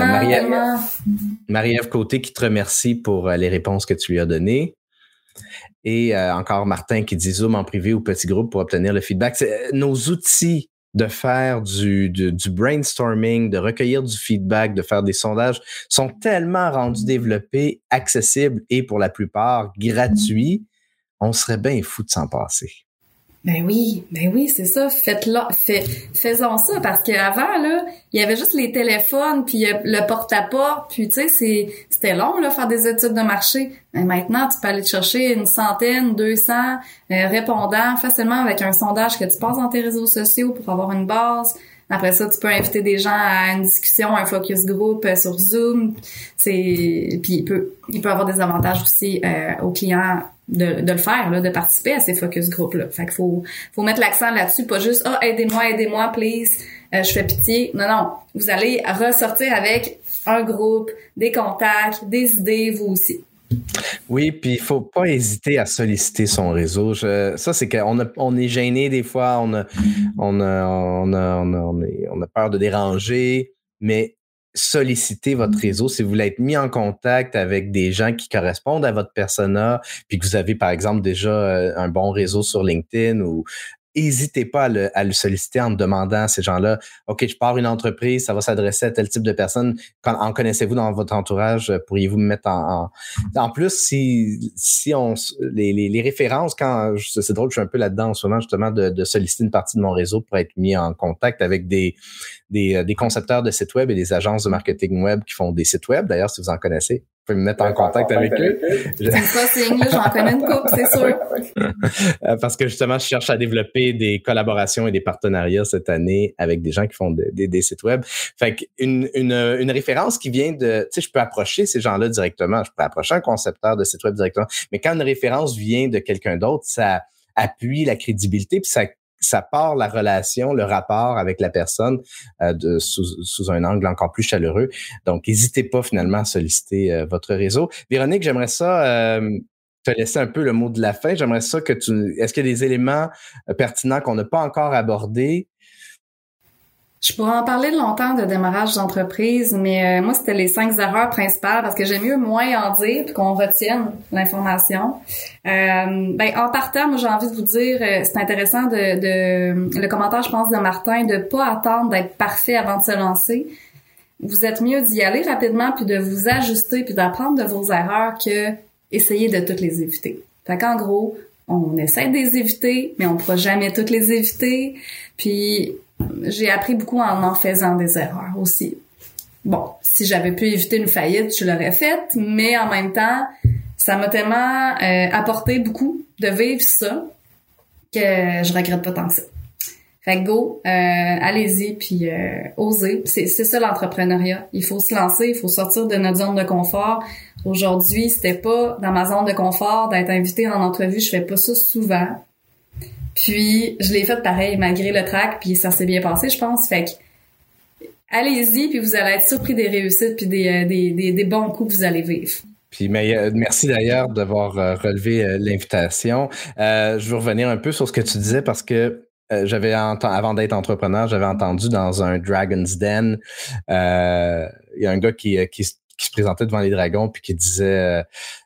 Marie-Ève Côté qui te remercie pour les réponses que tu lui as données. Et encore Martin qui dit Zoom en privé ou petit groupe pour obtenir le feedback. C'est nos outils de faire du brainstorming, de recueillir du feedback, de faire des sondages, sont tellement rendus développés, accessibles et pour la plupart gratuits, on serait bien fou de s'en passer. Ben oui, c'est ça. Faisons ça parce qu'avant là, il y avait juste les téléphones puis le porte-à-porte, puis tu sais c'était long là faire des études de marché. Mais maintenant, tu peux aller te chercher 100, 200 répondants facilement avec un sondage que tu passes dans tes réseaux sociaux pour avoir une base. Après ça, tu peux inviter des gens à une discussion, un focus group sur Zoom. Puis il peut avoir des avantages aussi aux clients de le faire, là, de participer à ces focus group-là. Fait qu'il faut mettre l'accent là-dessus, pas juste « aidez-moi, please, je fais pitié ». Non, vous allez ressortir avec un groupe, des contacts, des idées, vous aussi. Oui, puis il faut pas hésiter à solliciter son réseau. Ça, c'est qu'on est gêné des fois, on a peur de déranger, mais sollicitez votre réseau. Si vous voulez être mis en contact avec des gens qui correspondent à votre persona, puis que vous avez, par exemple, déjà un bon réseau sur LinkedIn, ou hésitez pas à le solliciter en demandant à ces gens-là, OK, je pars une entreprise, ça va s'adresser à tel type de personnes. En connaissez-vous dans votre entourage? Pourriez-vous me mettre en plus, si on les références, c'est drôle, je suis un peu là-dedans en ce moment, justement, de solliciter une partie de mon réseau pour être mis en contact avec des concepteurs de sites web et des agences de marketing web qui font des sites web. D'ailleurs, si vous en connaissez, vous pouvez me mettre en contact avec eux. C'est pas signe, j'en connais une couple, c'est sûr. Parce que justement, je cherche à développer des collaborations et des partenariats cette année avec des gens qui font des sites web. Fait qu'une référence qui vient de, tu sais, je peux approcher ces gens-là directement, je peux approcher un concepteur de site web directement, mais quand une référence vient de quelqu'un d'autre, ça appuie la crédibilité, puis ça part la relation, le rapport avec la personne sous un angle encore plus chaleureux. Donc, n'hésitez pas finalement à solliciter votre réseau. Véronique, j'aimerais ça te laisser un peu le mot de la fin. J'aimerais ça que est-ce qu'il y a des éléments pertinents qu'on n'a pas encore abordés? Je pourrais en parler longtemps de démarrage d'entreprise, mais moi, c'était les 5 erreurs principales parce que j'aime mieux moins en dire puis qu'on retienne l'information. En partant, moi, j'ai envie de vous dire, c'est intéressant le commentaire, je pense, de Martin, de pas attendre d'être parfait avant de se lancer. Vous êtes mieux d'y aller rapidement puis de vous ajuster puis d'apprendre de vos erreurs que essayer de toutes les éviter. Fait qu'en gros, on essaie de les éviter, mais on ne pourra jamais toutes les éviter. Puis j'ai appris beaucoup en faisant des erreurs aussi. Bon, si j'avais pu éviter une faillite, je l'aurais faite, mais en même temps, ça m'a tellement apporté beaucoup de vivre ça que je regrette pas tant que ça. Fait que go, allez-y, puis osez. C'est ça l'entrepreneuriat. Il faut se lancer, il faut sortir de notre zone de confort. Aujourd'hui, c'était pas dans ma zone de confort d'être invitée en entrevue. Je fais pas ça souvent. Puis, je l'ai fait pareil, malgré le trac, puis ça s'est bien passé, je pense. Fait que, allez-y, puis vous allez être surpris des réussites puis des bons coups que vous allez vivre. Puis merci d'ailleurs d'avoir relevé l'invitation. Je veux revenir un peu sur ce que tu disais parce que j'avais avant d'être entrepreneur, j'avais entendu dans un Dragon's Den, il y a un gars qui se présentait devant les dragons puis qui disait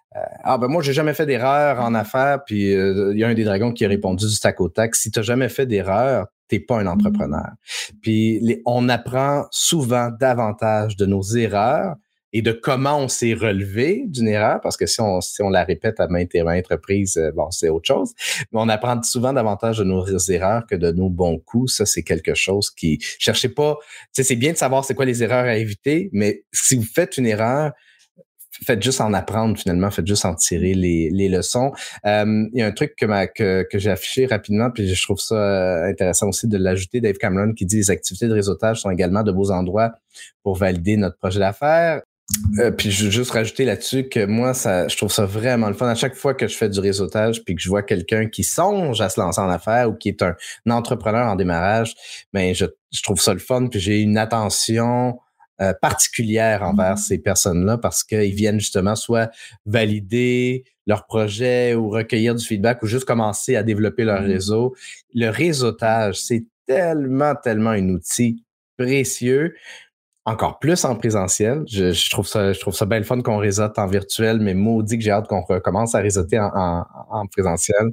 moi j'ai jamais fait d'erreur en affaires, puis il y a un des dragons qui a répondu du tac au tac, si t'as jamais fait d'erreur, t'es pas un entrepreneur. Puis on apprend souvent davantage de nos erreurs et de comment on s'est relevé d'une erreur, parce que si on la répète à maintes et maintes reprises, c'est autre chose. Mais on apprend souvent davantage de nos erreurs que de nos bons coups. Ça, c'est quelque chose qui... Cherchez pas... Tu sais, c'est bien de savoir c'est quoi les erreurs à éviter, mais si vous faites une erreur, faites juste en apprendre finalement, faites juste en tirer les leçons. Il y a un truc que j'ai affiché rapidement, puis je trouve ça intéressant aussi de l'ajouter, Dave Cameron, qui dit « Les activités de réseautage sont également de beaux endroits pour valider notre projet d'affaires ». Puis je veux juste rajouter là-dessus que moi, je trouve ça vraiment le fun. À chaque fois que je fais du réseautage puis que je vois quelqu'un qui songe à se lancer en affaires ou qui est un entrepreneur en démarrage, ben je trouve ça le fun. Puis j'ai une attention particulière envers ces personnes-là parce qu'ils viennent justement soit valider leur projet ou recueillir du feedback ou juste commencer à développer leur réseau. Le réseautage, c'est tellement un outil précieux. Encore plus en présentiel. Je trouve ça bien le fun qu'on réseaute en virtuel, mais maudit que j'ai hâte qu'on recommence à réseauter en présentiel.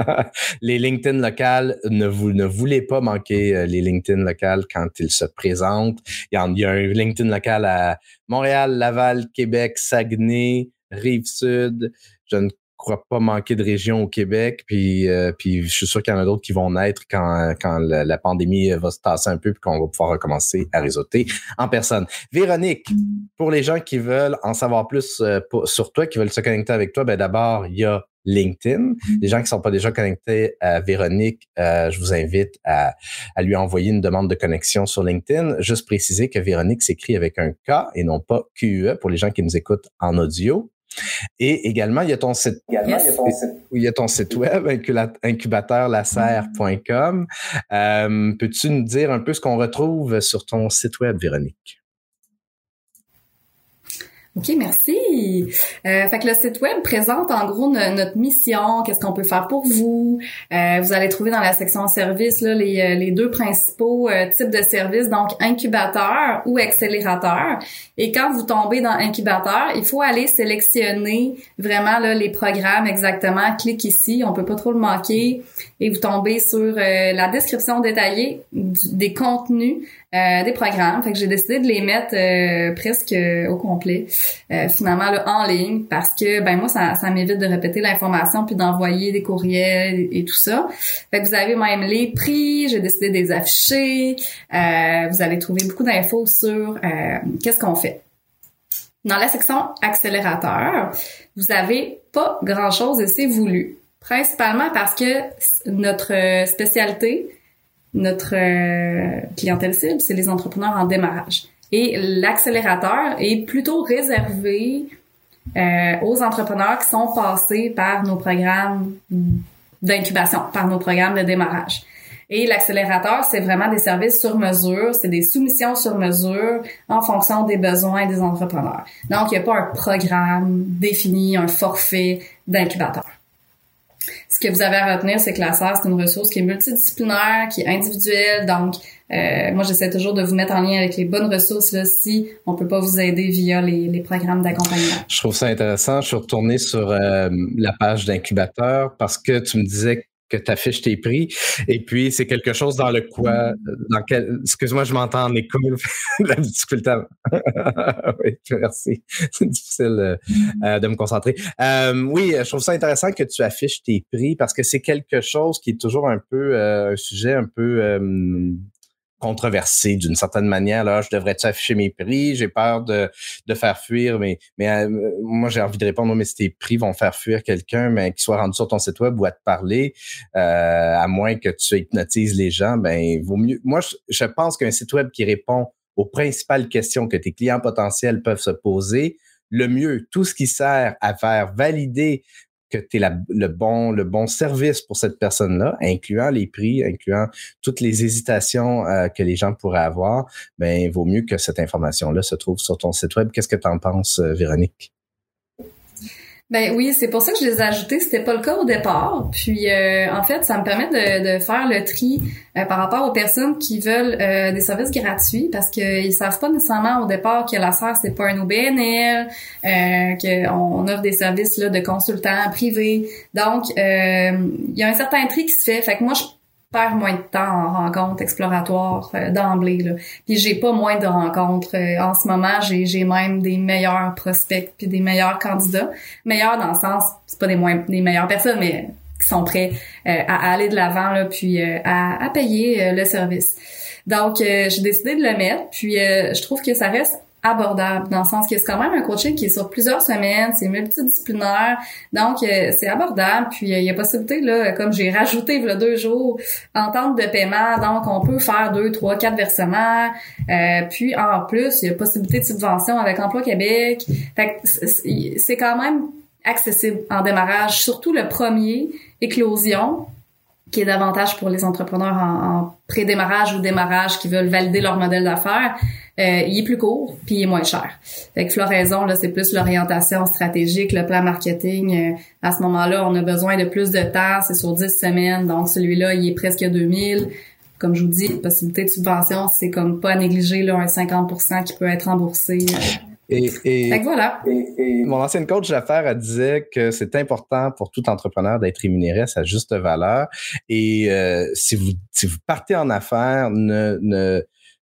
Les LinkedIn locales, ne voulez pas manquer les LinkedIn locales quand ils se présentent. Il y a un LinkedIn local à Montréal, Laval, Québec, Saguenay, Rive-Sud. Je ne crois pas manquer de région au Québec, puis je suis sûr qu'il y en a d'autres qui vont naître quand la pandémie va se tasser un peu puis qu'on va pouvoir recommencer à réseauter en personne. Véronique, pour les gens qui veulent en savoir plus sur toi, qui veulent se connecter avec toi, ben d'abord, il y a LinkedIn. Les gens qui sont pas déjà connectés à Véronique, je vous invite à lui envoyer une demande de connexion sur LinkedIn. Juste préciser que Véronique s'écrit avec un K et non pas QE pour les gens qui nous écoutent en audio. Et également, il y a ton site, il y a ton site web, incubateurlaserre.com. Peux-tu nous dire un peu ce qu'on retrouve sur ton site web, Véronique? OK, merci. Fait que le site web présente en gros notre mission, qu'est-ce qu'on peut faire pour vous. Vous allez trouver dans la section services là, les deux principaux types de services, donc incubateur ou accélérateur. Et quand vous tombez dans incubateur, il faut aller sélectionner vraiment là, les programmes exactement. Clique ici, on peut pas trop le manquer. Et vous tombez sur la description détaillée des contenus des programmes. Fait que j'ai décidé de les mettre presque au complet, finalement là, en ligne, parce que ben moi ça m'évite de répéter l'information puis d'envoyer des courriels et tout ça. Fait que vous avez même les prix, j'ai décidé de les afficher. Vous allez trouver beaucoup d'infos sur qu'est-ce qu'on fait. Dans la section accélérateur, vous avez pas grand-chose et c'est voulu. Principalement parce que notre spécialité, notre clientèle cible, c'est les entrepreneurs en démarrage. Et l'accélérateur est plutôt réservé aux entrepreneurs qui sont passés par nos programmes d'incubation, par nos programmes de démarrage. Et l'accélérateur, c'est vraiment des services sur mesure, c'est des soumissions sur mesure en fonction des besoins des entrepreneurs. Donc, il n'y a pas un programme défini, un forfait d'incubateur. Ce que vous avez à retenir, c'est que la SAR, c'est une ressource qui est multidisciplinaire, qui est individuelle. Donc, moi, j'essaie toujours de vous mettre en lien avec les bonnes ressources là, si on peut pas vous aider via les programmes d'accompagnement. Je trouve ça intéressant. Je suis retourné sur la page d'incubateur parce que tu me disais que tu affiches tes prix. Et puis, c'est quelque chose dans le quoi, excuse-moi, je m'entends en écho, la difficulté. Oui, merci. C'est difficile de me concentrer. Oui, je trouve ça intéressant que tu affiches tes prix parce que c'est quelque chose qui est toujours un peu un sujet un peu controversé d'une certaine manière. Là, je devrais-tu afficher mes prix? J'ai peur de faire fuir, mais moi, j'ai envie de répondre, mais si tes prix vont faire fuir quelqu'un, mais qu'il soit rendu sur ton site web ou à te parler, à moins que tu hypnotises les gens, ben vaut mieux. Moi, je pense qu'un site web qui répond aux principales questions que tes clients potentiels peuvent se poser, le mieux, tout ce qui sert à faire valider que tu es le bon service pour cette personne-là, incluant les prix, incluant toutes les hésitations que les gens pourraient avoir, ben il vaut mieux que cette information-là se trouve sur ton site web. Qu'est-ce que tu en penses, Véronique? Ben oui, c'est pour ça que je les ai ajoutés. C'était pas le cas au départ. Puis en fait, ça me permet de faire le tri par rapport aux personnes qui veulent des services gratuits parce qu'ils savent pas nécessairement au départ que la SAR c'est pas un OBNL, qu'on offre des services là de consultants privés. Donc il y a un certain tri qui se fait. Fait que moi je perds moins de temps en rencontres exploratoires d'emblée là. Puis j'ai pas moins de rencontres en ce moment, j'ai même des meilleurs prospects puis des meilleurs candidats, meilleurs dans le sens c'est pas des meilleures personnes mais qui sont prêts à aller de l'avant là puis à payer le service. Donc j'ai décidé de le mettre puis je trouve que ça reste abordable dans le sens que c'est quand même un coaching qui est sur plusieurs semaines, c'est multidisciplinaire, donc c'est abordable, puis il y a possibilité, là, comme j'ai rajouté il y a 2 jours, entente de paiement, donc on peut faire 2, 3, 4 versements, puis en plus, il y a possibilité de subvention avec Emploi Québec, fait que c'est quand même accessible en démarrage, surtout le premier, éclosion, qui est davantage pour les entrepreneurs en pré-démarrage ou démarrage qui veulent valider leur modèle d'affaires. Il est plus court puis il est moins cher. Fait que floraison là, c'est plus l'orientation stratégique, le plan marketing. À ce moment-là, on a besoin de plus de temps, c'est sur 10 semaines. Donc celui-là, il est presque 2000. Comme je vous dis, possibilité de subvention, c'est comme pas à négliger là un 50% qui peut être remboursé. Fait que voilà. Mon ancienne coach d'affaires, elle disait que c'est important pour tout entrepreneur d'être rémunéré à sa juste valeur. Et si vous partez en affaires, ne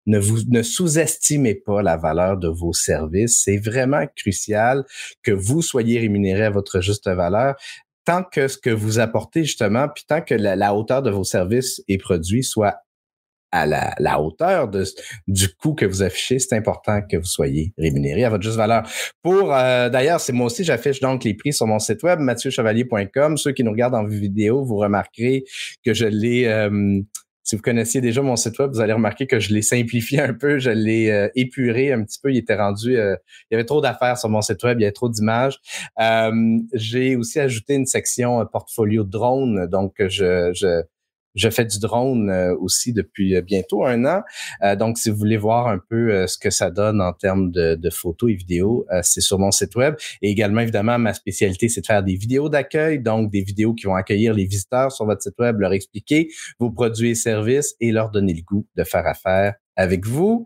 sous-estimez pas la valeur de vos services. C'est vraiment crucial que vous soyez rémunéré à votre juste valeur. Tant que ce que vous apportez, justement, puis tant que la hauteur de vos services et produits soit à la hauteur du coût que vous affichez, c'est important que vous soyez rémunéré à votre juste valeur. D'ailleurs, c'est moi aussi, j'affiche donc les prix sur mon site web, mathieuchevalier.com. Ceux qui nous regardent en vidéo, vous remarquerez que je l'ai... si vous connaissiez déjà mon site web, vous allez remarquer que je l'ai simplifié un peu, je l'ai épuré un petit peu. Il était rendu... il y avait trop d'affaires sur mon site web, il y avait trop d'images. J'ai aussi ajouté une section portfolio drone, donc Je fais du drone aussi depuis bientôt 1 an. Donc, si vous voulez voir un peu ce que ça donne en termes de photos et vidéos, c'est sur mon site web. Et également, évidemment, ma spécialité, c'est de faire des vidéos d'accueil, donc des vidéos qui vont accueillir les visiteurs sur votre site web, leur expliquer vos produits et services et leur donner le goût de faire affaire avec vous.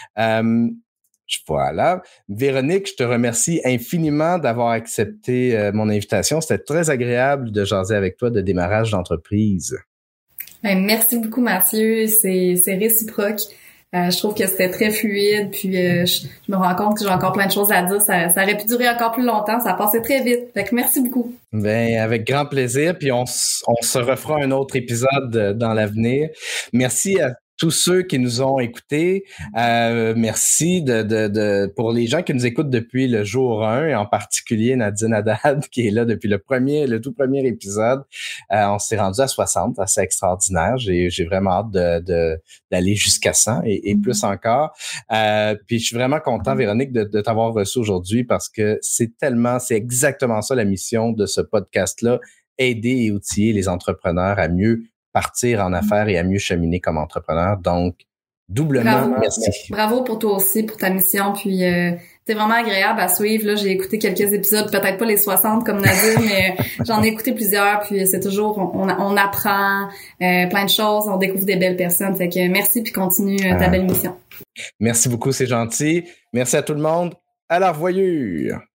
Voilà. Véronique, je te remercie infiniment d'avoir accepté mon invitation. C'était très agréable de jaser avec toi de démarrage d'entreprise. Merci beaucoup, Mathieu. C'est réciproque. Je trouve que c'était très fluide. Puis je me rends compte que j'ai encore plein de choses à dire. Ça aurait pu durer encore plus longtemps. Ça a passé très vite. Fait que merci beaucoup. Ben, avec grand plaisir. Puis on se refera un autre épisode dans l'avenir. Merci à tous ceux qui nous ont écoutés. Merci pour les gens qui nous écoutent depuis le jour 1, et en particulier Nadine Haddad qui est là depuis le tout premier épisode. On s'est rendu à 60, assez extraordinaire. J'ai vraiment hâte d'aller jusqu'à 100 et plus encore. Puis je suis vraiment content, Véronique, de t'avoir reçu aujourd'hui parce que c'est exactement ça la mission de ce podcast-là, aider et outiller les entrepreneurs à mieux partir en affaires et à mieux cheminer comme entrepreneur. Donc, doublement, merci. Bravo pour toi aussi, pour ta mission. Puis, c'est vraiment agréable à suivre. Là, j'ai écouté quelques épisodes, peut-être pas les 60 comme Nadine, mais j'en ai écouté plusieurs. Puis, c'est toujours, on apprend plein de choses, on découvre des belles personnes. Fait que merci, puis continue ta belle mission. Merci beaucoup, c'est gentil. Merci à tout le monde. À la revoyure!